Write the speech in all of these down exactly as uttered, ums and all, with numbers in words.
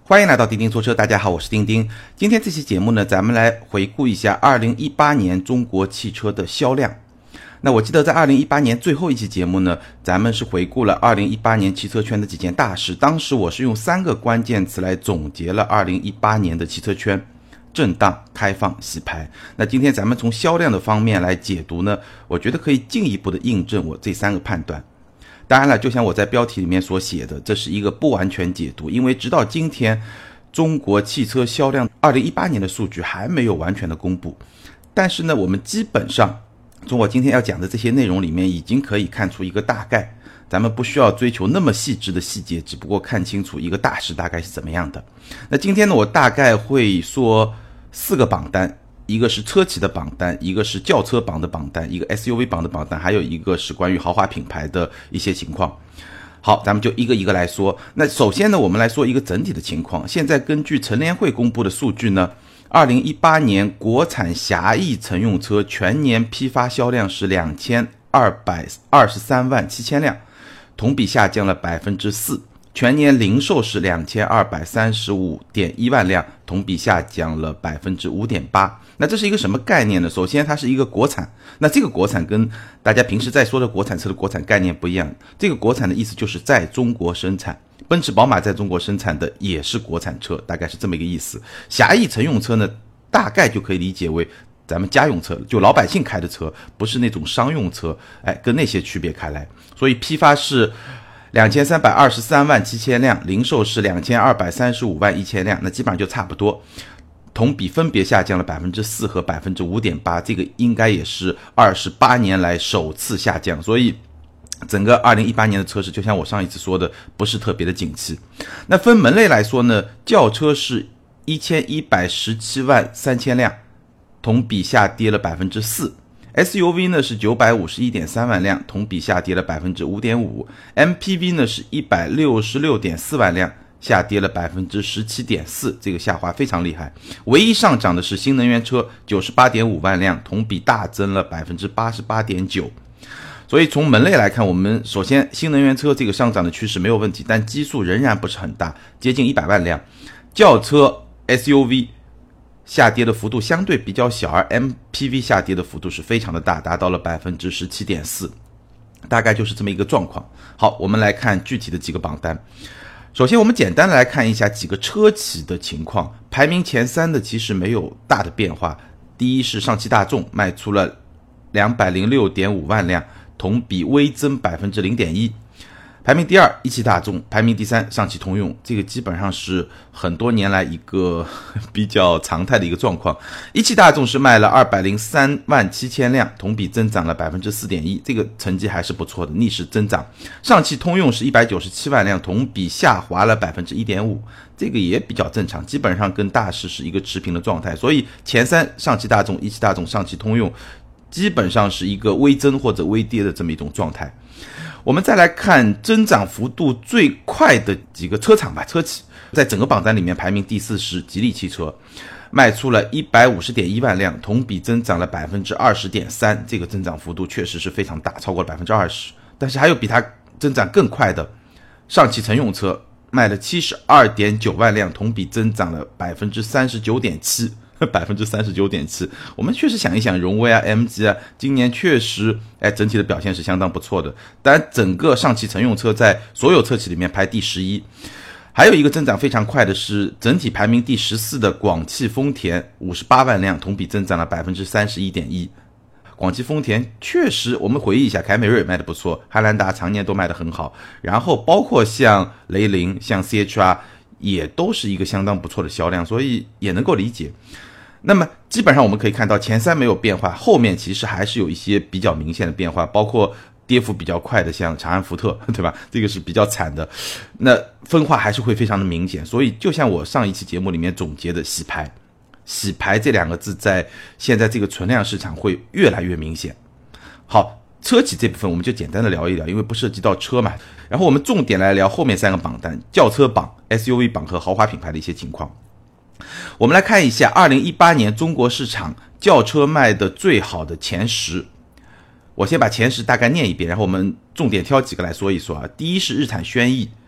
欢迎来到钉钉说车，大家好，我是钉钉。今天这期节目呢，咱们来回顾一下二零一八年中国汽车的销量。那我记得在二零一八年最后一期节目呢，咱们是回顾了二零一八年汽车圈的几件大事。当时我是用三个关键词来总结了二零一八年的汽车圈：震荡、开放、洗牌。那今天咱们从销量的方面来解读呢，我觉得可以进一步的印证我这三个判断。当然了，就像我在标题里面所写的，这是一个不完全解读，因为直到今天中国汽车销量二零一八年的数据还没有完全的公布。但是呢，我们基本上从我今天要讲的这些内容里面已经可以看出一个大概，咱们不需要追求那么细致的细节，只不过看清楚一个大势大概是怎么样的。那今天呢，我大概会说四个榜单，一个是车企的榜单，一个是轿车榜的榜单，一个 S U V 榜的榜单，还有一个是关于豪华品牌的一些情况。好，咱们就一个一个来说。那首先呢，我们来说一个整体的情况。现在根据乘联会公布的数据呢，二零一八年国产狭义乘用车全年批发销量是两千二百二十三万七千辆，同比下降了 百分之四。全年零售是两千二百三十五点一万辆，同比下降了 百分之五点八。 那这是一个什么概念呢？首先它是一个国产，那这个国产跟大家平时在说的国产车的国产概念不一样。这个国产的意思就是在中国生产，奔驰宝马在中国生产的也是国产车，大概是这么一个意思。狭义乘用车呢，大概就可以理解为咱们家用车，就老百姓开的车，不是那种商用车，哎，跟那些区别开来。所以批发是两千三百二十三万七千辆，零售是两千二百三十五万一千辆，那基本上就差不多，同比分别下降了 百分之四 和 百分之五点八， 这个应该也是二十八年来首次下降。所以整个二零一八年的车市就像我上一次说的，不是特别的景气。那分门类来说呢，轿车是一千一百十七万三千辆，同比下跌了 百分之四。S U V 呢是 九百五十一点三万辆，同比下跌了 百分之五点五。 M P V 呢是一百六十六点四万辆，下跌了 百分之十七点四， 这个下滑非常厉害。唯一上涨的是新能源车 九十八点五万辆，同比大增了 百分之八十八点九。 所以从门类来看，我们首先新能源车这个上涨的趋势没有问题，但基数仍然不是很大，接近一百万辆。轿车 S U V下跌的幅度相对比较小，而 M P V 下跌的幅度是非常的大，达到了 百分之十七点四， 大概就是这么一个状况。好，我们来看具体的几个榜单。首先我们简单的来看一下几个车企的情况，排名前三的其实没有大的变化。第一是上汽大众，卖出了 两百零六点五万辆，同比微增 百分之零点一。排名第二一汽大众，排名第三上汽通用，这个基本上是很多年来一个比较常态的一个状况。一汽大众是卖了二百零三万七千辆，同比增长了 百分之四点一， 这个成绩还是不错的，逆势增长。上汽通用是一百九十七万辆，同比下滑了 百分之一点五， 这个也比较正常，基本上跟大势是一个持平的状态。所以前三上汽大众、一汽大众、上汽通用基本上是一个微增或者微跌的这么一种状态。我们再来看增长幅度最快的几个车厂吧，车企在整个榜单里面排名第四是吉利汽车，卖出了 一百五十点一万辆，同比增长了 百分之二十点三， 这个增长幅度确实是非常大，超过了 百分之二十。 但是还有比它增长更快的上汽乘用车，卖了 七十二点九万辆，同比增长了 百分之三十九点七，百分之三十九点七。 我们确实想一想，荣威啊 M G 啊今年确实哎整体的表现是相当不错的。当然整个上汽乘用车在所有车企里面排第十一。还有一个增长非常快的是整体排名第十四的广汽丰田，五十八万辆，同比增长了 百分之三十一点一。 广汽丰田确实，我们回忆一下，凯美瑞卖的不错，汉兰达常年都卖得很好，然后包括像雷凌、像 C H R 也都是一个相当不错的销量，所以也能够理解。那么基本上我们可以看到前三没有变化，后面其实还是有一些比较明显的变化，包括跌幅比较快的像长安福特，对吧？这个是比较惨的，那分化还是会非常的明显。所以就像我上一期节目里面总结的，洗牌洗牌这两个字在现在这个存量市场会越来越明显。好，车企这部分我们就简单的聊一聊，因为不涉及到车嘛。然后我们重点来聊后面三个榜单，轿车榜、S U V 榜和豪华品牌的一些情况。我们来看一下二零一八年中国市场轿车卖的最好的前十。我先把前十大概念一遍，然后我们重点挑几个来说一说啊。第一是日产轩逸，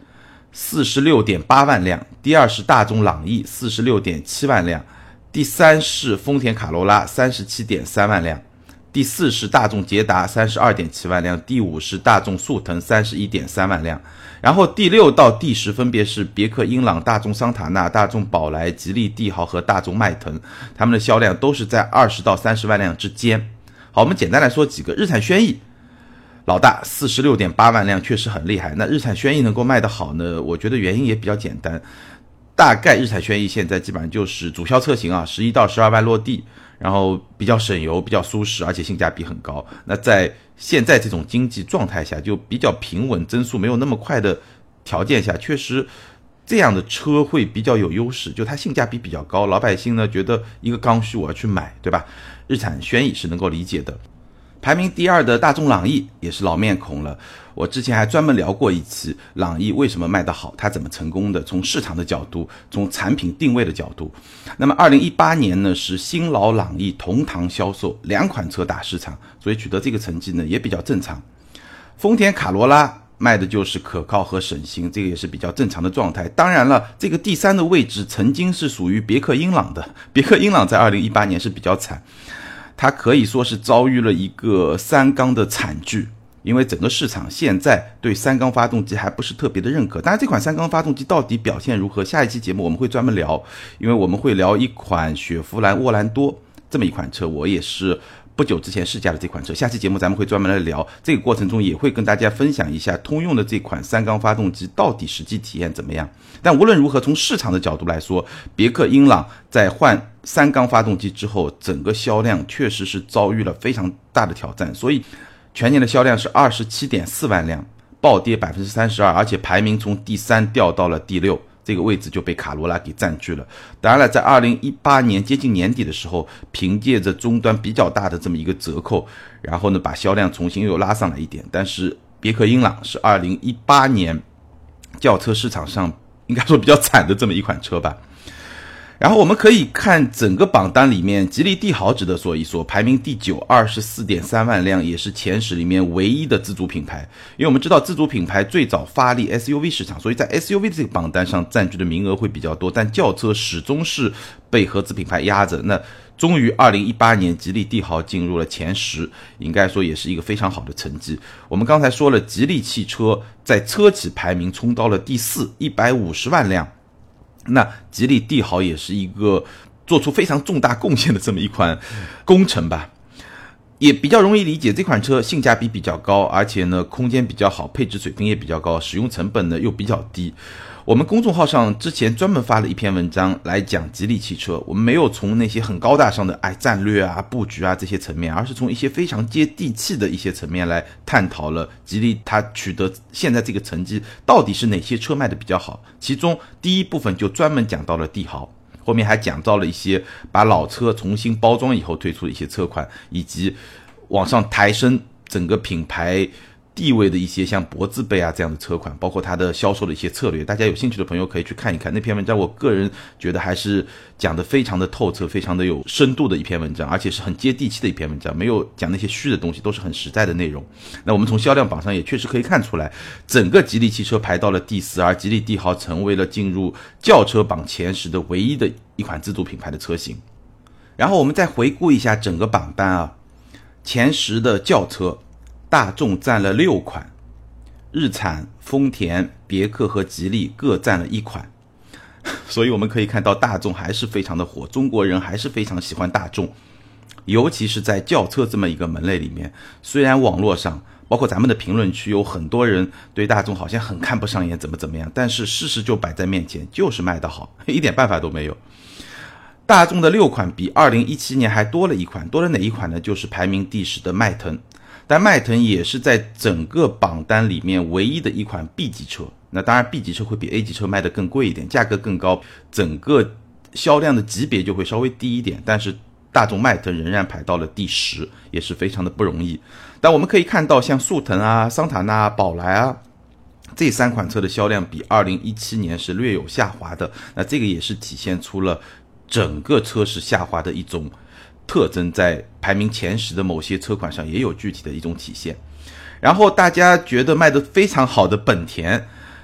四十六点八万辆，第二是大众朗逸 四十六点七万辆，第三是丰田卡罗拉 三十七点三万辆，第四是大众捷达 三十二点七万辆，第五是大众速腾 三十一点三万辆。然后第六到第十分别是别克英朗、大众桑塔纳、大众宝来、吉利帝豪和大众迈腾，他们的销量都是在二十到三十万辆之间。好，我们简单来说几个。日产轩逸老大 四十六点八万辆，确实很厉害。那日产轩逸能够卖得好呢，我觉得原因也比较简单，大概日产轩逸现在基本上就是主销车型啊，十一到十二万落地，然后比较省油，比较舒适，而且性价比很高。那在现在这种经济状态下，就比较平稳，增速没有那么快的条件下，确实这样的车会比较有优势，就它性价比比较高，老百姓呢觉得一个刚需我要去买，对吧？日产轩逸是能够理解的。排名第二的大众朗逸也是老面孔了，我之前还专门聊过一期朗逸为什么卖得好，它怎么成功的，从市场的角度，从产品定位的角度。那么二零一八年呢是新老朗逸同堂销售，两款车打市场，所以取得这个成绩呢也比较正常。丰田卡罗拉卖的就是可靠和省心，这个也是比较正常的状态。当然了，这个第三的位置曾经是属于别克英朗的，别克英朗在二零一八年是比较惨，它可以说是遭遇了一个三缸的惨剧，因为整个市场现在对三缸发动机还不是特别的认可。当然这款三缸发动机到底表现如何，下一期节目我们会专门聊，因为我们会聊一款雪佛兰沃兰多这么一款车，我也是不久之前试驾的这款车，下期节目咱们会专门来聊，这个过程中也会跟大家分享一下通用的这款三缸发动机到底实际体验怎么样。但无论如何，从市场的角度来说，别克英朗在换三缸发动机之后，整个销量确实是遭遇了非常大的挑战，所以全年的销量是 二十七点四万辆，暴跌 百分之三十二， 而且排名从第三掉到了第六，这个位置就被卡罗拉给占据了。当然了，在二零一八年接近年底的时候，凭借着终端比较大的这么一个折扣，然后呢把销量重新又拉上来一点。但是别克英朗是二零一八年轿车市场上应该说比较惨的这么一款车吧。然后我们可以看整个榜单里面，吉利帝豪值得说一说，排名第九 二十四点三万辆，也是前十里面唯一的自主品牌。因为我们知道自主品牌最早发力 S U V 市场，所以在 S U V 这个榜单上占据的名额会比较多，但轿车始终是被合资品牌压着。那终于二零一八年吉利帝豪进入了前十，应该说也是一个非常好的成绩。我们刚才说了，吉利汽车在车企排名冲到了第四，一百五十万辆。那吉利帝豪也是一个做出非常重大贡献的这么一款工程吧，也比较容易理解。这款车性价比比较高，而且呢空间比较好，配置水平也比较高，使用成本呢又比较低。我们公众号上之前专门发了一篇文章来讲吉利汽车，我们没有从那些很高大上的哎战略啊、布局啊这些层面，而是从一些非常接地气的一些层面来探讨了吉利它取得现在这个成绩到底是哪些车卖的比较好。其中第一部分就专门讲到了帝豪，后面还讲到了一些把老车重新包装以后推出的一些车款，以及往上抬升整个品牌地位的一些像博字辈啊这样的车款，包括它的销售的一些策略，大家有兴趣的朋友可以去看一看那篇文章。我个人觉得还是讲得非常的透彻，非常的有深度的一篇文章，而且是很接地气的一篇文章，没有讲那些虚的东西，都是很实在的内容。那我们从销量榜上也确实可以看出来，整个吉利汽车排到了第四，而吉利帝豪成为了进入轿车榜前十的唯一的一款自主品牌的车型。然后我们再回顾一下整个榜单啊，前十的轿车大众占了六款，日产、丰田、别克和吉利各占了一款，所以我们可以看到大众还是非常的火，中国人还是非常喜欢大众，尤其是在轿车这么一个门类里面。虽然网络上包括咱们的评论区有很多人对大众好像很看不上眼，怎么怎么样，但是事实就摆在面前，就是卖得好，一点办法都没有。大众的六款比二零一七年还多了一款，多了哪一款呢？就是排名第十的迈腾。但迈腾也是在整个榜单里面唯一的一款 B 级车，那当然 B 级车会比 A 级车卖得更贵一点，价格更高，整个销量的级别就会稍微低一点，但是大众迈腾仍然排到了第十，也是非常的不容易。但我们可以看到像速腾啊、桑塔纳、宝来啊这三款车的销量比二零一七年是略有下滑的，那这个也是体现出了整个车市下滑的一种特征，在排名前十的某些车款上也有具体的一种体现。然后大家觉得卖得非常好的本田，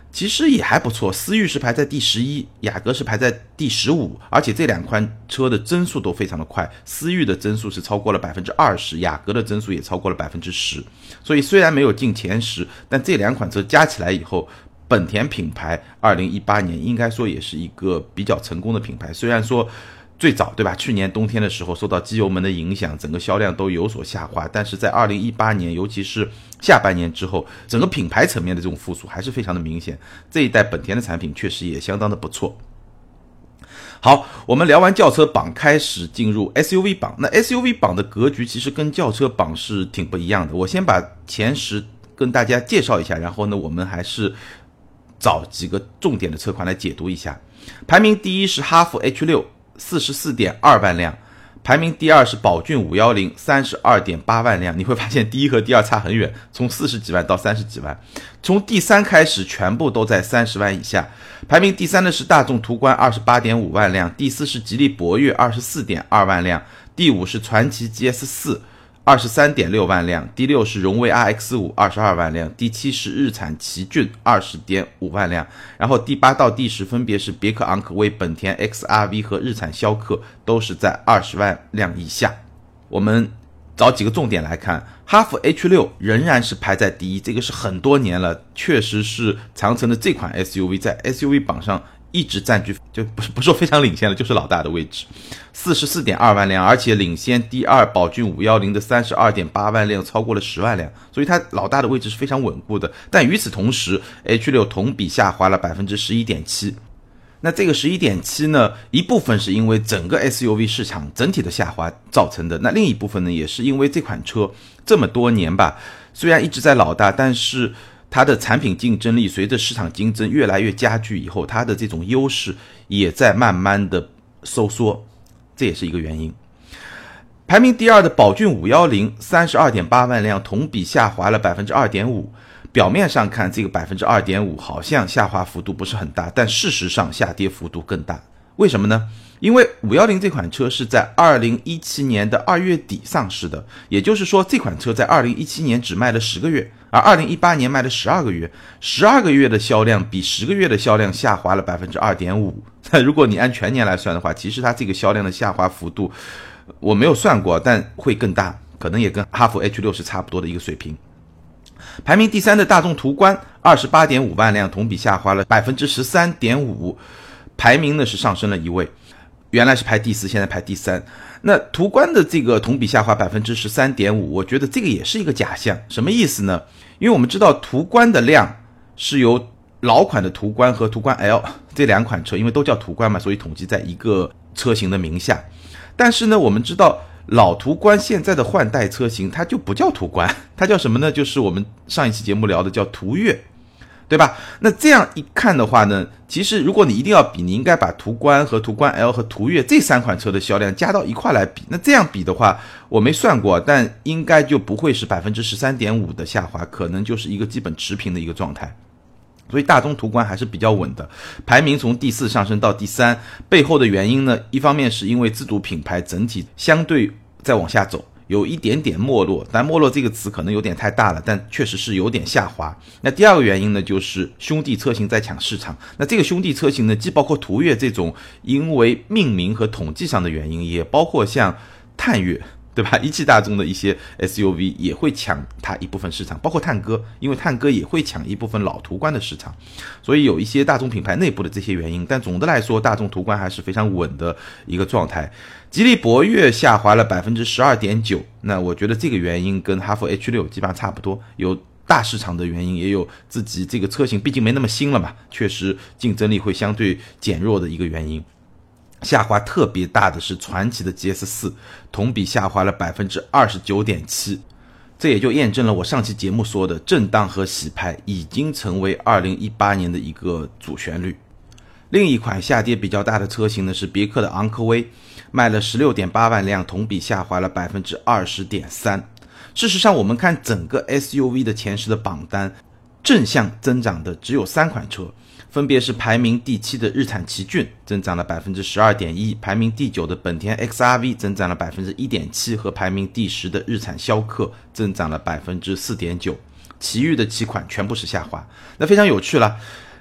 其实也还不错，思域是排在第十一，雅阁是排在第十五，而且这两款车的增速都非常的快，思域的增速是超过了 百分之二十， 雅阁的增速也超过了 百分之十， 所以虽然没有进前十，但这两款车加起来以后，本田品牌二零一八年应该说也是一个比较成功的品牌。虽然说最早对吧，去年冬天的时候受到机油门的影响，整个销量都有所下滑，但是在二零一八年尤其是下半年之后，整个品牌层面的这种复苏还是非常的明显，这一代本田的产品确实也相当的不错。好，我们聊完轿车榜，开始进入 S U V 榜。那 S U V 榜的格局其实跟轿车榜是挺不一样的，我先把前十跟大家介绍一下，然后呢我们还是找几个重点的车款来解读一下。排名第一是哈弗 H 六四十四点二万辆，排名第二是宝骏五一零 三十二点八万辆，你会发现第一和第二差很远，从四十几万到三十几万，从第三开始全部都在三十万以下。排名第三的是大众途观 二十八点五万辆，第四是吉利博越 二十四点二万辆，第五是传祺 G S 四二十三点六万辆，第六是荣威 R X 五 二十二万辆，第七是日产奇骏 二十点五万辆，然后第八到第十分别是别克昂科威、本田 X R V 和日产逍客，都是在二十万辆以下。我们找几个重点来看，哈弗 H 六 仍然是排在第一，这个是很多年了，确实是长城的这款 S U V 在 S U V 榜上一直占据，就不是不说非常领先了，就是老大的位置， 四十四点二万辆，而且领先第二宝骏五一零的 三十二点八万辆，超过了十万辆，所以它老大的位置是非常稳固的。但与此同时 H 六 同比下滑了 百分之十一点七， 那这个 十一点七 呢，一部分是因为整个 S U V 市场整体的下滑造成的，那另一部分呢，也是因为这款车这么多年吧，虽然一直在老大，但是它的产品竞争力随着市场竞争越来越加剧以后，它的这种优势也在慢慢的收缩，这也是一个原因。排名第二的宝骏五一零 三十二点八万辆，同比下滑了 百分之二点五， 表面上看这个 百分之二点五 好像下滑幅度不是很大，但事实上下跌幅度更大。为什么呢？因为五一零这款车是在二零一七年的二月底上市的，也就是说这款车在二零一七年只卖了十个月，而二零一八年卖了十二个月，十二个月的销量比十个月的销量下滑了 百分之二点五。 如果你按全年来算的话，其实它这个销量的下滑幅度我没有算过，但会更大，可能也跟哈弗 H 六 是差不多的一个水平。排名第三的大众途观 二十八点五万辆，同比下滑了 百分之十三点五， 排名呢是上升了一位，原来是排第四，现在排第三。那途观的这个同比下滑 百分之十三点五， 我觉得这个也是一个假象。什么意思呢？因为我们知道途观的量是由老款的途观和途观 L 这两款车，因为都叫途观嘛，所以统计在一个车型的名下。但是呢，我们知道老途观现在的换代车型它就不叫途观，它叫什么呢？就是我们上一期节目聊的叫途岳，对吧？那这样一看的话呢，其实如果你一定要比，你应该把途观和途观 L 和途岳这三款车的销量加到一块来比。那这样比的话，我没算过，但应该就不会是 百分之十三点五 的下滑，可能就是一个基本持平的一个状态。所以大众途观还是比较稳的，排名从第四上升到第三，背后的原因呢，一方面是因为自主品牌整体相对在往下走，有一点点没落，但没落这个词可能有点太大了，但确实是有点下滑。那第二个原因呢，就是兄弟车型在抢市场。那这个兄弟车型呢，既包括途岳这种因为命名和统计上的原因，也包括像探岳，对吧？一汽大众的一些 S U V 也会抢它一部分市场，包括探歌，因为探歌也会抢一部分老途观的市场，所以有一些大众品牌内部的这些原因，但总的来说，大众途观还是非常稳的一个状态。吉利博越下滑了 百分之十二点九， 那我觉得这个原因跟哈弗 H 六 基本上差不多，有大市场的原因，也有自己这个车型毕竟没那么新了嘛，确实竞争力会相对减弱的一个原因。下滑特别大的是传祺的 G S 四， 同比下滑了 百分之二十九点七， 这也就验证了我上期节目说的震荡和洗牌已经成为二零一八年的一个主旋律。另一款下跌比较大的车型呢是别克的昂科威，卖了 十六点八万辆，同比下滑了 百分之二十点三。 事实上我们看整个 S U V 的前十的榜单，正向增长的只有三款车，分别是排名第七的日产奇骏增长了 百分之十二点一， 排名第九的本田 X R V 增长了 百分之一点七， 和排名第十的日产逍客增长了 百分之四点九， 其余的七款全部是下滑。那非常有趣了，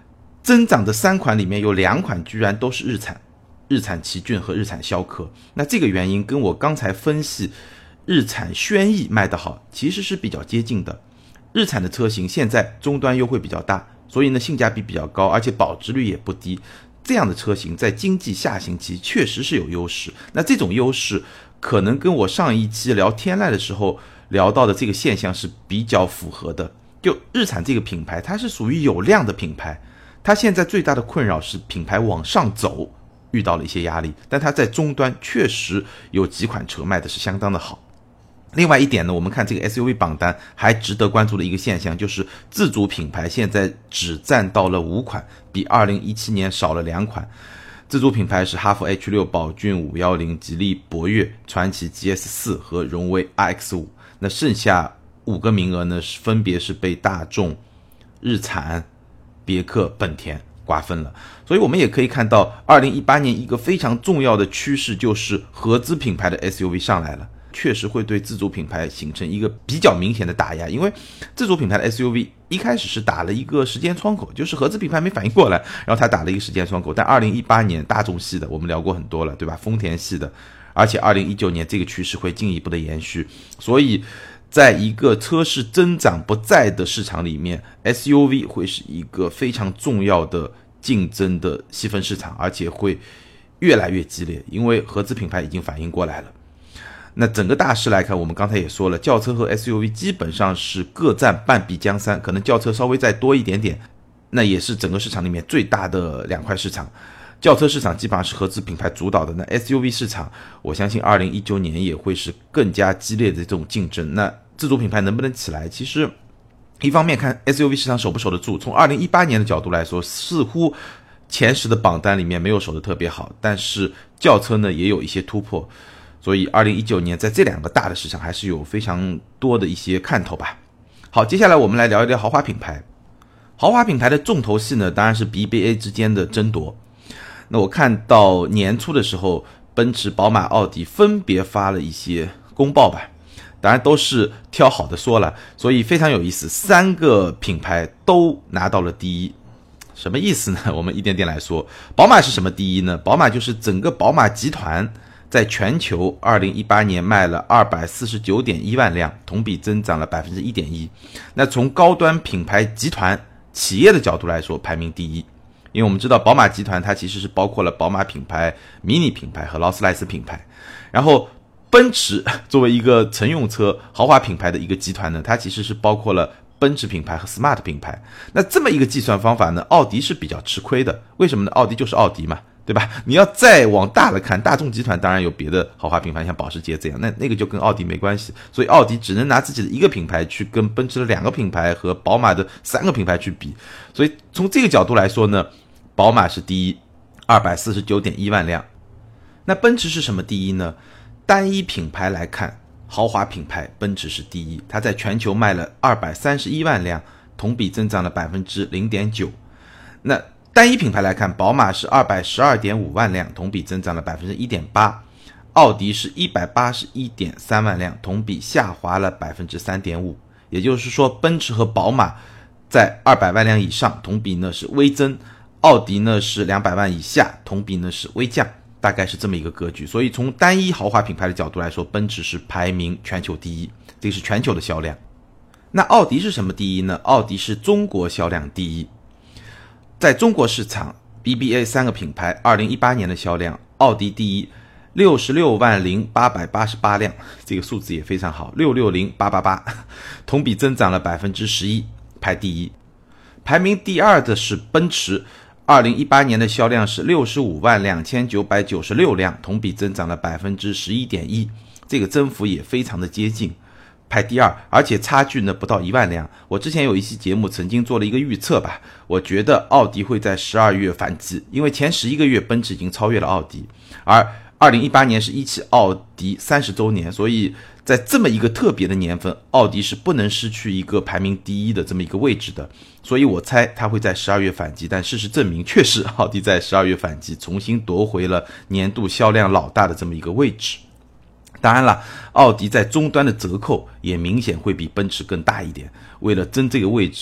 增长的三款里面有两款居然都是日产，日产奇骏和日产逍客。那这个原因跟我刚才分析日产轩逸卖得好其实是比较接近的。日产的车型现在终端优惠比较大，所以呢性价比比较高，而且保值率也不低。这样的车型在经济下行期确实是有优势。那这种优势可能跟我上一期聊天籁的时候聊到的这个现象是比较符合的。就日产这个品牌，它是属于有量的品牌，它现在最大的困扰是品牌往上走遇到了一些压力，但它在终端确实有几款车卖的是相当的好。另外一点呢，我们看这个 S U V 榜单还值得关注的一个现象，就是自主品牌现在只占到了五款，比二零一七年少了两款。自主品牌是哈弗 H 六、宝骏五一零、吉利博越、传祺 G S 四 和荣威 R X 五。那剩下五个名额呢，分别是被大众、日产、别克、本田瓜分了。所以我们也可以看到二零一八年一个非常重要的趋势，就是合资品牌的 S U V 上来了，确实会对自主品牌形成一个比较明显的打压。因为自主品牌的 S U V 一开始是打了一个时间窗口，就是合资品牌没反应过来，然后他打了一个时间窗口。但二零一八年大众系的我们聊过很多了，对吧？丰田系的，而且二零一九年这个趋势会进一步的延续。所以在一个车市增长不在的市场里面， S U V 会是一个非常重要的竞争的细分市场，而且会越来越激烈，因为合资品牌已经反应过来了。那整个大势来看，我们刚才也说了，轿车和 S U V 基本上是各占半壁江山，可能轿车稍微再多一点点，那也是整个市场里面最大的两块市场。轿车市场基本上是合资品牌主导的，那 S U V 市场我相信二零一九年也会是更加激烈的这种竞争。那自主品牌能不能起来，其实一方面看 S U V 市场守不守得住，从二零一八年的角度来说，似乎前十的榜单里面没有守得特别好，但是轿车呢也有一些突破，所以二零一九年在这两个大的市场还是有非常多的一些看头吧。好，接下来我们来聊一聊豪华品牌。豪华品牌的重头戏呢，当然是 B B A 之间的争夺。那我看到年初的时候，奔驰、宝马、奥迪分别发了一些公报吧，当然都是挑好的说了，所以非常有意思，三个品牌都拿到了第一。什么意思呢？我们一点点来说。宝马是什么第一呢？宝马就是整个宝马集团在全球二零一八年卖了 二百四十九点一万辆，同比增长了 百分之一点一。 那从高端品牌集团企业的角度来说，排名第一。因为我们知道宝马集团它其实是包括了宝马品牌、迷你品牌和劳斯莱斯品牌，然后奔驰作为一个乘用车豪华品牌的一个集团呢，它其实是包括了奔驰品牌和 Smart 品牌。那这么一个计算方法呢，奥迪是比较吃亏的。为什么呢？奥迪就是奥迪嘛，对吧？你要再往大了看，大众集团当然有别的豪华品牌，像保时捷这样，那那个就跟奥迪没关系。所以奥迪只能拿自己的一个品牌去跟奔驰的两个品牌和宝马的三个品牌去比。所以从这个角度来说呢，宝马是第一 ,二百四十九点一万辆。那奔驰是什么第一呢？单一品牌来看，豪华品牌奔驰是第一，它在全球卖了二百三十一万辆，同比增长了 百分之零点九。 那单一品牌来看，宝马是 二百十二点五万辆，同比增长了 百分之一点八。 奥迪是 一百八十一点三万辆，同比下滑了 百分之三点五。 也就是说，奔驰和宝马在二百万辆以上，同比呢是微增，奥迪呢是两百万以下，同比呢是微降，大概是这么一个格局。所以从单一豪华品牌的角度来说，奔驰是排名全球第一，这个是全球的销量。那奥迪是什么第一呢？奥迪是中国销量第一。在中国市场 B B A 三个品牌二零一八年的销量，奥迪第一，六十六万零八百八十八辆，这个数字也非常好，六六零八八八，同比增长了 百分之十一， 排第一。排名第二的是奔驰，二零一八年的销量是六十五万两千九百九十六辆，同比增长了 百分之十一点一， 这个增幅也非常的接近，排第二，而且差距呢不到一万辆。我之前有一期节目曾经做了一个预测吧，我觉得奥迪会在十二月反击，因为前十一个月奔驰已经超越了奥迪，而二零一八年是一汽奥迪三十周年，所以在这么一个特别的年份，奥迪是不能失去一个排名第一的这么一个位置的，所以我猜他会在十二月反击。但事实证明，确实奥迪在十二月反击，重新夺回了年度销量老大的这么一个位置。当然了，奥迪在终端的折扣也明显会比奔驰更大一点，为了争这个位置，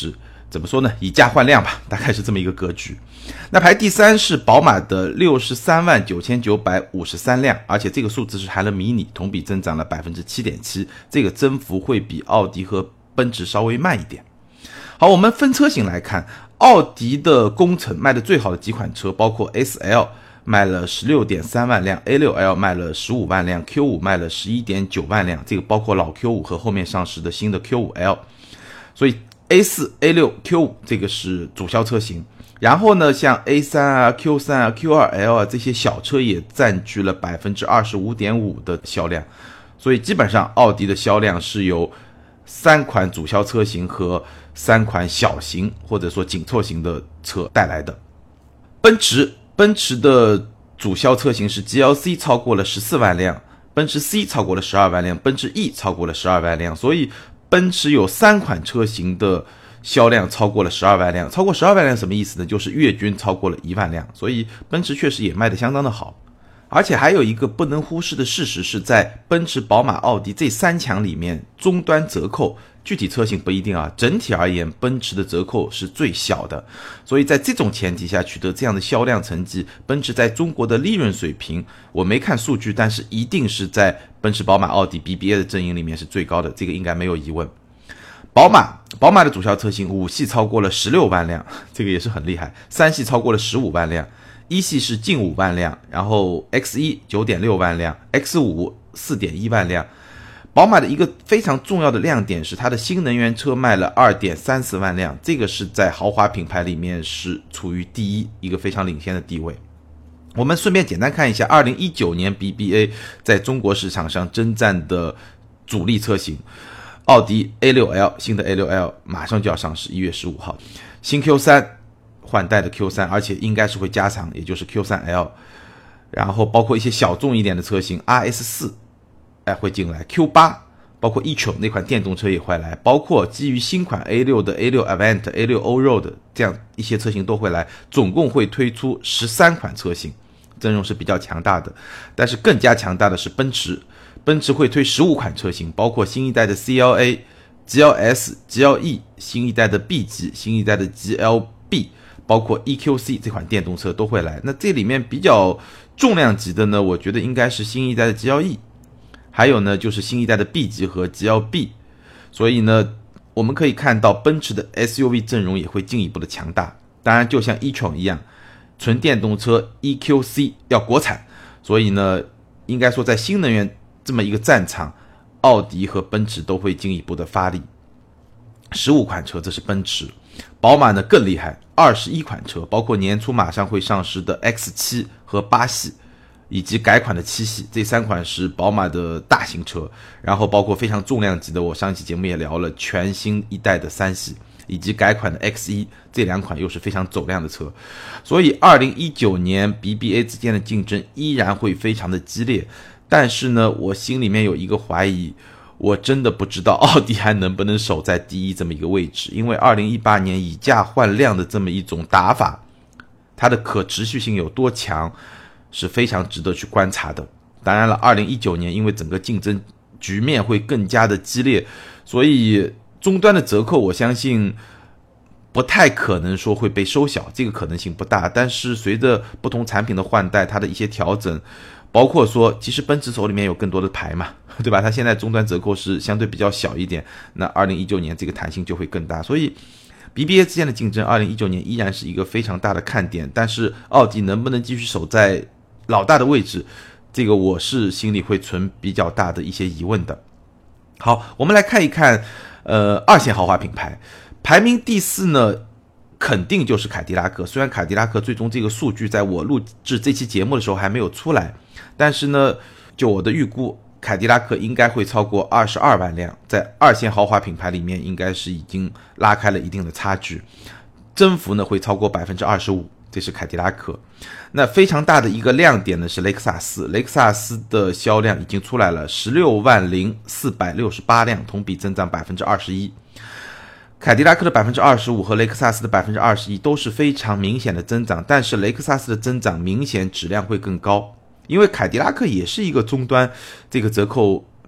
怎么说呢，以价换量吧，大概是这么一个格局。那排第三是宝马的六十三万九千九百五十三辆，而且这个数字是含了迷你，同比增长了 百分之七点七， 这个增幅会比奥迪和奔驰稍微慢一点。好，我们分车型来看，奥迪的工程卖的最好的几款车包括 S L 卖了 十六点三万辆， A 六 L 卖了十五万辆， Q 五 卖了 十一点九万辆，这个包括老 Q 五 和后面上市的新的 Q 五 L， 所以 A 四 A 六 Q 五 这个是主销车型。然后呢，像 A 三 啊 Q 三 啊 Q 二 L 啊这些小车也占据了 百分之二十五点五 的销量，所以基本上奥迪的销量是由三款主销车型和三款小型或者说紧凑型的车带来的。奔驰奔驰的主销车型是 G L C 超过了十四万辆，奔驰 C 超过了十二万辆，奔驰 E 超过了十二万辆，所以奔驰有三款车型的销量超过了十二万辆。超过十二万辆什么意思呢？就是月均超过了一万辆，所以奔驰确实也卖得相当的好。而且还有一个不能忽视的事实是，在奔驰、宝马、奥迪这三强里面，终端折扣具体车型不一定啊，整体而言奔驰的折扣是最小的。所以在这种前提下取得这样的销量成绩，奔驰在中国的利润水平我没看数据，但是一定是在奔驰、宝马、奥迪 B B A 的阵营里面是最高的，这个应该没有疑问。宝马宝马的主销车型五系超过了十六万辆，这个也是很厉害，三系超过了十五万辆，一系是近五万辆，然后 X 一 九点六万辆， X 五 四点一万辆。宝马的一个非常重要的亮点是它的新能源车卖了 二点三四万辆，这个是在豪华品牌里面是处于第一，一个非常领先的地位。我们顺便简单看一下二零一九年 B B A 在中国市场上征战的主力车型。奥迪 A 六 L 新的 A 六 L 马上就要上市，一月十五号，新 Q 三 换代的 Q 三， 而且应该是会加长，也就是 Q 三 L， 然后包括一些小众一点的车型 R S 四 哎会进来， Q 八 包括 e-tron 那款电动车也会来，包括基于新款 A 六 的 A 六 Avant A 六 Allroad 这样一些车型都会来，总共会推出十三款车型，阵容是比较强大的。但是更加强大的是奔驰，奔驰会推十五款车型，包括新一代的 C L A、G L S、G L E， 新一代的 B 级，新一代的 G L B， 包括 E Q C 这款电动车都会来。那这里面比较重量级的呢，我觉得应该是新一代的 G L E， 还有呢就是新一代的 B 级和 G L B。所以呢，我们可以看到奔驰的 S U V 阵容也会进一步的强大。当然就像 e-tron 一样，纯电动车 E Q C 要国产，所以呢应该说在新能源这么一个战场，奥迪和奔驰都会进一步的发力。十五款车，这是奔驰。宝马呢更厉害，二十一款车，包括年初马上会上市的 X 七 和八系，以及改款的七系，这三款是宝马的大型车。然后包括非常重量级的，我上一期节目也聊了，全新一代的三系，以及改款的 X 一， 这两款又是非常走量的车。所以二零一九年 B B A 之间的竞争依然会非常的激烈。但是呢，我心里面有一个怀疑，我真的不知道奥迪还能不能守在第一这么一个位置，因为二零一八年以价换量的这么一种打法，它的可持续性有多强是非常值得去观察的。当然了，二零一九年因为整个竞争局面会更加的激烈，所以终端的折扣我相信不太可能说会被收小，这个可能性不大。但是随着不同产品的换代，它的一些调整，包括说其实奔驰手里面有更多的牌嘛，对吧？它现在终端折扣是相对比较小一点，那二零一九年这个弹性就会更大。所以 B B A 之间的竞争二零一九年依然是一个非常大的看点。但是奥迪能不能继续守在老大的位置，这个我是心里会存比较大的一些疑问的。好，我们来看一看呃二线豪华品牌排名第四呢，肯定就是凯迪拉克。虽然凯迪拉克最终这个数据在我录制这期节目的时候还没有出来，但是呢就我的预估，凯迪拉克应该会超过二十二万辆，在二线豪华品牌里面应该是已经拉开了一定的差距，增幅呢会超过 百分之二十五， 这是凯迪拉克。那非常大的一个亮点呢是雷克萨斯，雷克萨斯的销量已经出来了，十六万零四百六十八辆，同比增长 百分之二十一。凯迪拉克的 百分之二十五 和雷克萨斯的 百分之二十一 都是非常明显的增长，但是雷克萨斯的增长明显质量会更高，因为凯迪拉克也是一个终端这个折扣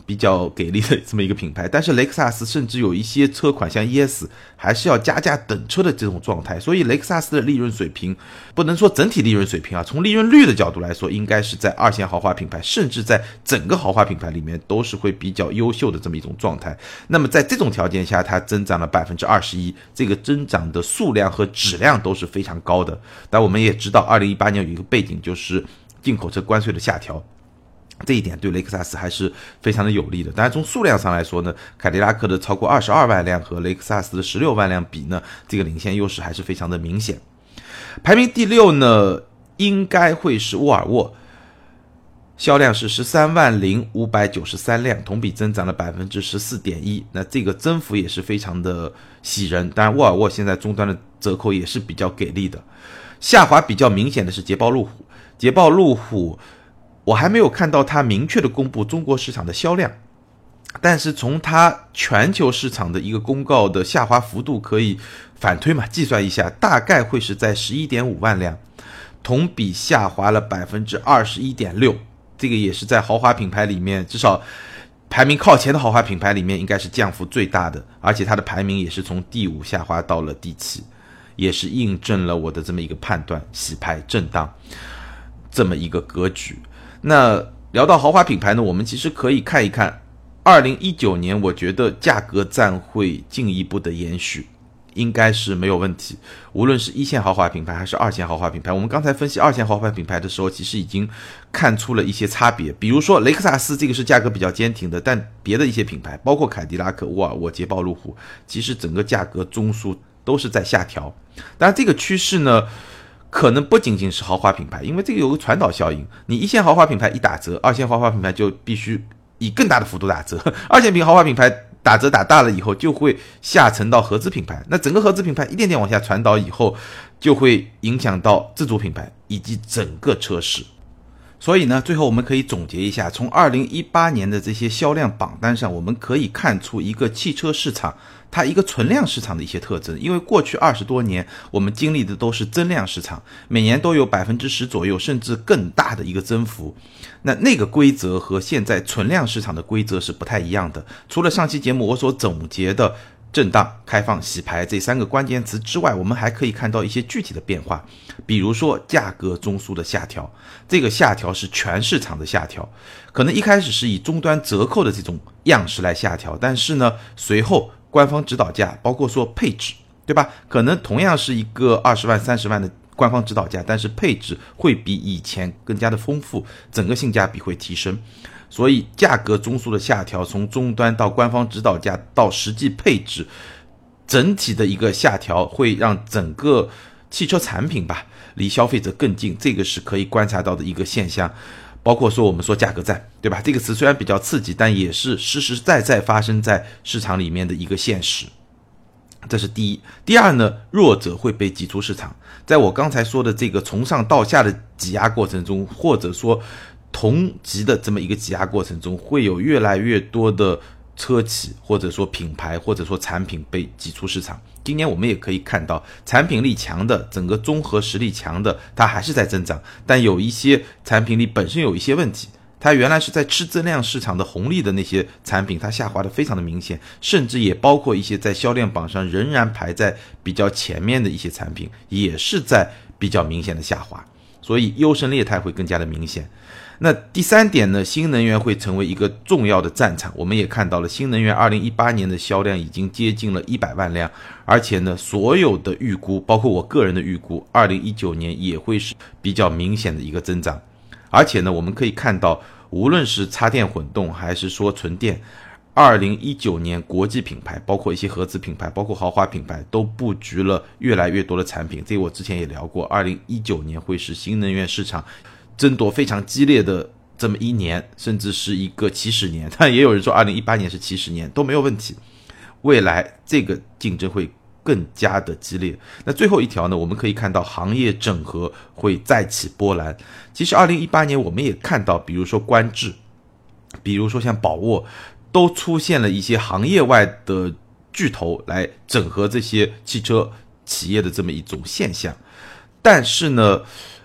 比较给力的这么一个品牌，但是雷克萨斯甚至有一些车款像 E S 还是要加价等车的这种状态，所以雷克萨斯的利润水平不能说整体利润水平啊，从利润率的角度来说，应该是在二线豪华品牌甚至在整个豪华品牌里面都是会比较优秀的这么一种状态。那么在这种条件下，它增长了 百分之二十一， 这个增长的数量和质量都是非常高的。但我们也知道二零一八年有一个背景，就是进口车关税的下调，这一点对雷克萨斯还是非常的有利的。当然从数量上来说呢，凯迪拉克的超过二十二万辆和雷克萨斯的十六万辆比呢，这个领先优势还是非常的明显。排名第六呢，应该会是沃尔沃，销量是十三万零五百九十三辆，同比增长了 百分之十四点一， 那这个增幅也是非常的喜人。当然沃尔沃现在终端的折扣也是比较给力的。下滑比较明显的是捷豹路虎，捷豹路虎我还没有看到它明确的公布中国市场的销量，但是从它全球市场的一个公告的下滑幅度可以反推嘛，计算一下大概会是在 十一点五万辆，同比下滑了 百分之二十一点六， 这个也是在豪华品牌里面至少排名靠前的豪华品牌里面应该是降幅最大的，而且它的排名也是从第五下滑到了第七，也是印证了我的这么一个判断，洗牌震荡这么一个格局。那聊到豪华品牌呢，我们其实可以看一看二零一九年，我觉得价格战会进一步的延续，应该是没有问题。无论是一线豪华品牌还是二线豪华品牌，我们刚才分析二线豪华品牌的时候，其实已经看出了一些差别。比如说雷克萨斯这个是价格比较坚挺的，但别的一些品牌，包括凯迪拉克、沃尔沃、捷豹路虎，其实整个价格中枢都是在下调。当然这个趋势呢，可能不仅仅是豪华品牌，因为这个有个传导效应，你一线豪华品牌一打折，二线豪华品牌就必须以更大的幅度打折，二线豪华品牌打折打大了以后，就会下沉到合资品牌，那整个合资品牌一点点往下传导以后，就会影响到自主品牌以及整个车市。所以呢，最后我们可以总结一下，从二零一八年的这些销量榜单上，我们可以看出一个汽车市场它一个存量市场的一些特征。因为过去二十多年我们经历的都是增量市场，每年都有 百分之十 左右甚至更大的一个增幅，那那个规则和现在存量市场的规则是不太一样的。除了上期节目我所总结的震荡、开放、洗牌这三个关键词之外，我们还可以看到一些具体的变化，比如说价格中枢的下调，这个下调是全市场的下调，可能一开始是以终端折扣的这种样式来下调，但是呢，随后官方指导价，包括说配置，对吧？可能同样是一个二十万、三十万的官方指导价，但是配置会比以前更加的丰富，整个性价比会提升。所以价格中枢的下调，从终端到官方指导价到实际配置，整体的一个下调会让整个汽车产品吧离消费者更近，这个是可以观察到的一个现象。包括说我们说价格战，对吧？这个词虽然比较刺激，但也是实实在在发生在市场里面的一个现实。这是第一。第二呢，弱者会被挤出市场。在我刚才说的这个从上到下的挤压过程中，或者说同级的这么一个挤压过程中，会有越来越多的车企或者说品牌或者说产品被挤出市场。今年我们也可以看到，产品力强的，整个综合实力强的，它还是在增长，但有一些产品力本身有一些问题，它原来是在吃增量市场的红利的那些产品，它下滑的非常的明显，甚至也包括一些在销量榜上仍然排在比较前面的一些产品，也是在比较明显的下滑，所以优胜劣汰会更加的明显。那第三点呢，新能源会成为一个重要的战场。我们也看到了，新能源二零一八年的销量已经接近了一百万辆，而且呢，所有的预估，包括我个人的预估，二零一九年也会是比较明显的一个增长。而且呢，我们可以看到，无论是插电混动还是说纯电，二零一九年国际品牌，包括一些合资品牌，包括豪华品牌，都布局了越来越多的产品。这个我之前也聊过，二零一九年会是新能源市场争夺非常激烈的这么一年，甚至是一个起始年，但也有人说二零一八年是起始年，都没有问题。未来这个竞争会更加的激烈。那最后一条呢，我们可以看到行业整合会再起波澜。其实二零一八年我们也看到，比如说观致，比如说像宝沃，都出现了一些行业外的巨头来整合这些汽车企业的这么一种现象。但是呢，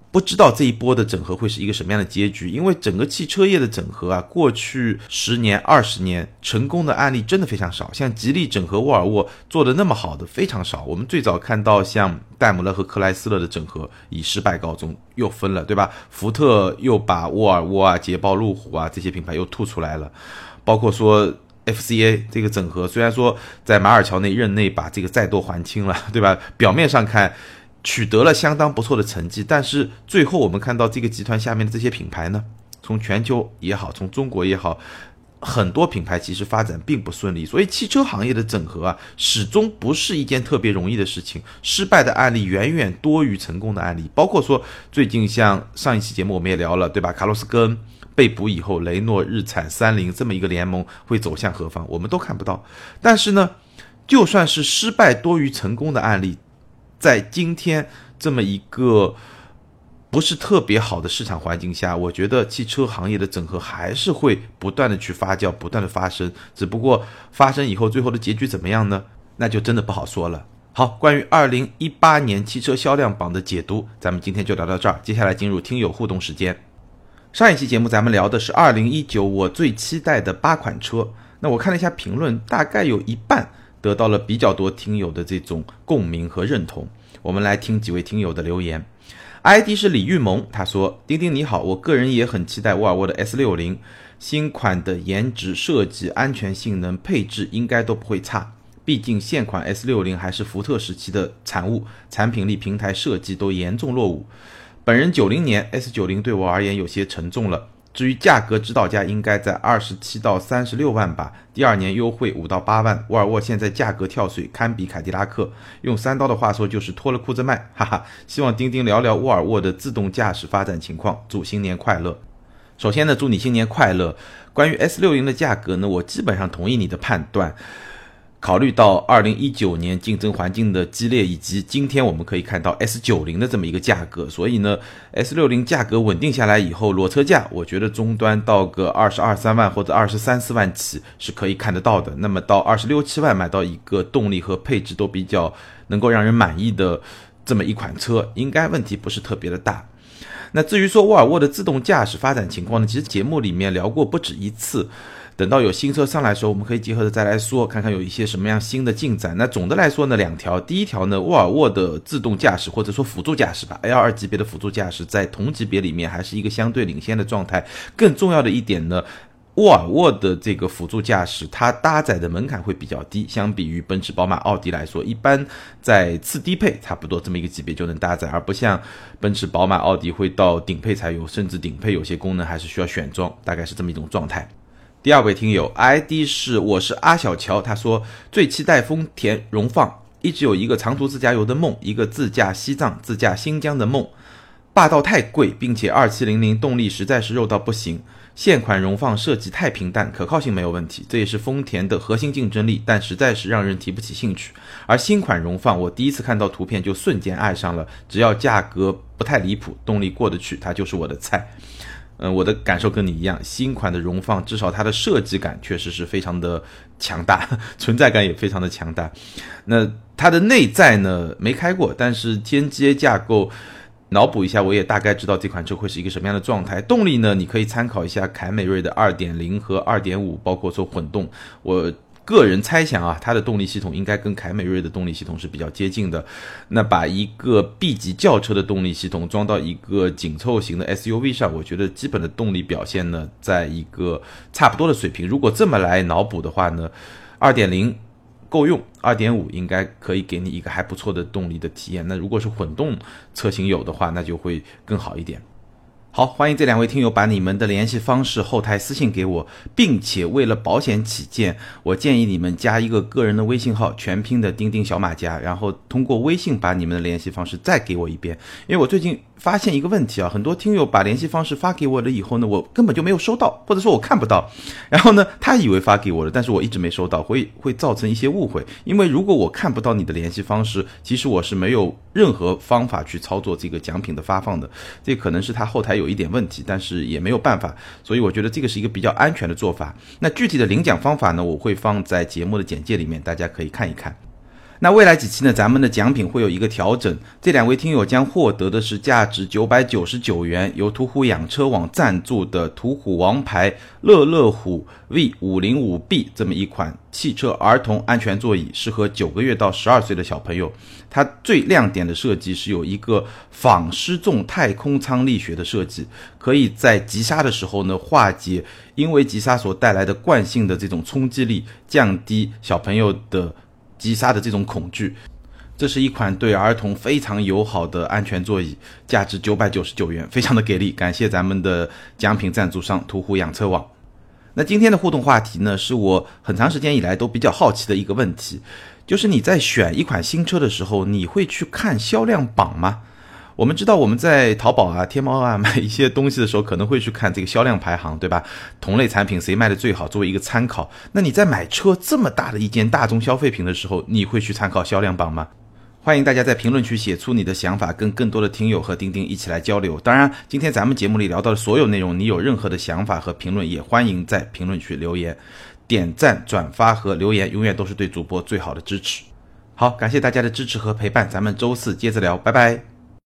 不知道这一波的整合会是一个什么样的结局，因为整个汽车业的整合啊，过去十年、二十年成功的案例真的非常少，像吉利整合沃尔沃做的那么好的非常少。我们最早看到像戴姆勒和克莱斯勒的整合以失败告终，又分了，对吧？福特又把沃尔沃啊、捷豹、路虎啊这些品牌又吐出来了，包括说F C A 这个整合，虽然说在马尔乔内任内把这个债多还清了，对吧？表面上看取得了相当不错的成绩，但是最后我们看到这个集团下面的这些品牌呢，从全球也好，从中国也好，很多品牌其实发展并不顺利，所以汽车行业的整合啊，始终不是一件特别容易的事情，失败的案例远远多于成功的案例。包括说最近像上一期节目我们也聊了，对吧？卡洛斯戈恩被捕以后，雷诺、日产、三菱这么一个联盟会走向何方，我们都看不到。但是呢，就算是失败多于成功的案例，在今天这么一个不是特别好的市场环境下，我觉得汽车行业的整合还是会不断的去发酵，不断的发生，只不过发生以后最后的结局怎么样呢？那就真的不好说了。好，关于二零一八年汽车销量榜的解读，咱们今天就聊到这儿，接下来进入听友互动时间。上一期节目咱们聊的是二零一九我最期待的八款车，那我看了一下评论，大概有一半得到了比较多听友的这种共鸣和认同。我们来听几位听友的留言。 I D 是李玉萌，他说：丁丁你好，我个人也很期待沃尔沃的 S 六十， 新款的颜值、设计、安全性能、配置应该都不会差，毕竟现款 S 六十 还是福特时期的产物，产品力、平台设计都严重落伍。本人九零年 S 九十 对我而言有些沉重了，至于价格，指导价应该在二十七到三十六万吧，第二年优惠五到八万。沃尔沃现在价格跳水堪比凯迪拉克，用三刀的话说就是脱了裤子卖，哈哈。希望丁丁聊聊沃尔沃的自动驾驶发展情况，祝新年快乐。首先呢，祝你新年快乐。关于 S 六十 的价格呢，我基本上同意你的判断。考虑到二零一九年竞争环境的激烈，以及今天我们可以看到 S 九十 的这么一个价格，所以呢 S 六十 价格稳定下来以后，裸车价我觉得终端到个二十二三万或者二十三四万起是可以看得到的。那么到二十六七万买到一个动力和配置都比较能够让人满意的这么一款车，应该问题不是特别的大。那至于说沃尔沃的自动驾驶发展情况呢，其实节目里面聊过不止一次，等到有新车上来的时候，我们可以结合着再来说，看看有一些什么样新的进展。那总的来说呢，两条，第一条呢，沃尔沃的自动驾驶或者说辅助驾驶吧 L 二 级别的辅助驾驶在同级别里面还是一个相对领先的状态。更重要的一点呢，沃尔沃的这个辅助驾驶它搭载的门槛会比较低，相比于奔驰、宝马、奥迪来说，一般在次低配差不多这么一个级别就能搭载，而不像奔驰、宝马、奥迪会到顶配才有，甚至顶配有些功能还是需要选装，大概是这么一种状态。第二位听友 I D 是我是阿小乔，他说最期待丰田荣放，一直有一个长途自驾游的梦，一个自驾西藏、自驾新疆的梦，霸道太贵，并且二七零零动力实在是肉到不行。现款荣放设计太平淡，可靠性没有问题，这也是丰田的核心竞争力，但实在是让人提不起兴趣。而新款荣放，我第一次看到图片就瞬间爱上了，只要价格不太离谱，动力过得去，它就是我的菜。嗯，我的感受跟你一样，新款的荣放至少它的设计感确实是非常的强大，存在感也非常的强大。那它的内在呢没开过，但是天阶架构脑补一下，我也大概知道这款车会是一个什么样的状态。动力呢，你可以参考一下凯美瑞的 二点零 和 二点五， 包括说混动。我个人猜想啊，它的动力系统应该跟凯美瑞的动力系统是比较接近的。那把一个 B 级轿车的动力系统装到一个紧凑型的 S U V 上，我觉得基本的动力表现呢，在一个差不多的水平。如果这么来脑补的话呢， 二点零 够用， 二点五 应该可以给你一个还不错的动力的体验。那如果是混动车型有的话，那就会更好一点。好，欢迎这两位听友把你们的联系方式后台私信给我，并且为了保险起见，我建议你们加一个个人的微信号，全拼的钉钉小马甲，然后通过微信把你们的联系方式再给我一遍。因为我最近发现一个问题啊，很多听友把联系方式发给我了以后呢，我根本就没有收到，或者说我看不到，然后呢他以为发给我了，但是我一直没收到，会会造成一些误会。因为如果我看不到你的联系方式，其实我是没有任何方法去操作这个奖品的发放的，这可能是他后台有一点问题，但是也没有办法，所以我觉得这个是一个比较安全的做法。那具体的领奖方法呢，我会放在节目的简介里面，大家可以看一看。 那未来几期呢，咱们的奖品会有一个调整，这两位听友将获得的是价值九百九十九元，由途虎养车网赞助的途虎王牌乐乐虎 V 五零五 B 这么一款汽车儿童安全座椅，适合九个月到十二岁的小朋友。它最亮点的设计是有一个仿失重太空舱力学的设计，可以在急刹的时候呢，化解因为急刹所带来的惯性的这种冲击力，降低小朋友的急刹的这种恐惧。这是一款对儿童非常友好的安全座椅，价值九百九十九元，非常的给力，感谢咱们的奖品赞助商途虎养车网。那今天的互动话题呢，是我很长时间以来都比较好奇的一个问题，就是你在选一款新车的时候，你会去看销量榜吗？我们知道我们在淘宝啊、天猫啊买一些东西的时候，可能会去看这个销量排行，对吧？同类产品谁卖的最好作为一个参考。那你在买车这么大的一件大宗消费品的时候，你会去参考销量榜吗？欢迎大家在评论区写出你的想法，跟更多的听友和钉钉一起来交流。当然，今天咱们节目里聊到的所有内容，你有任何的想法和评论，也欢迎在评论区留言。点赞、转发和留言永远都是对主播最好的支持。好，感谢大家的支持和陪伴，咱们周四接着聊，拜拜。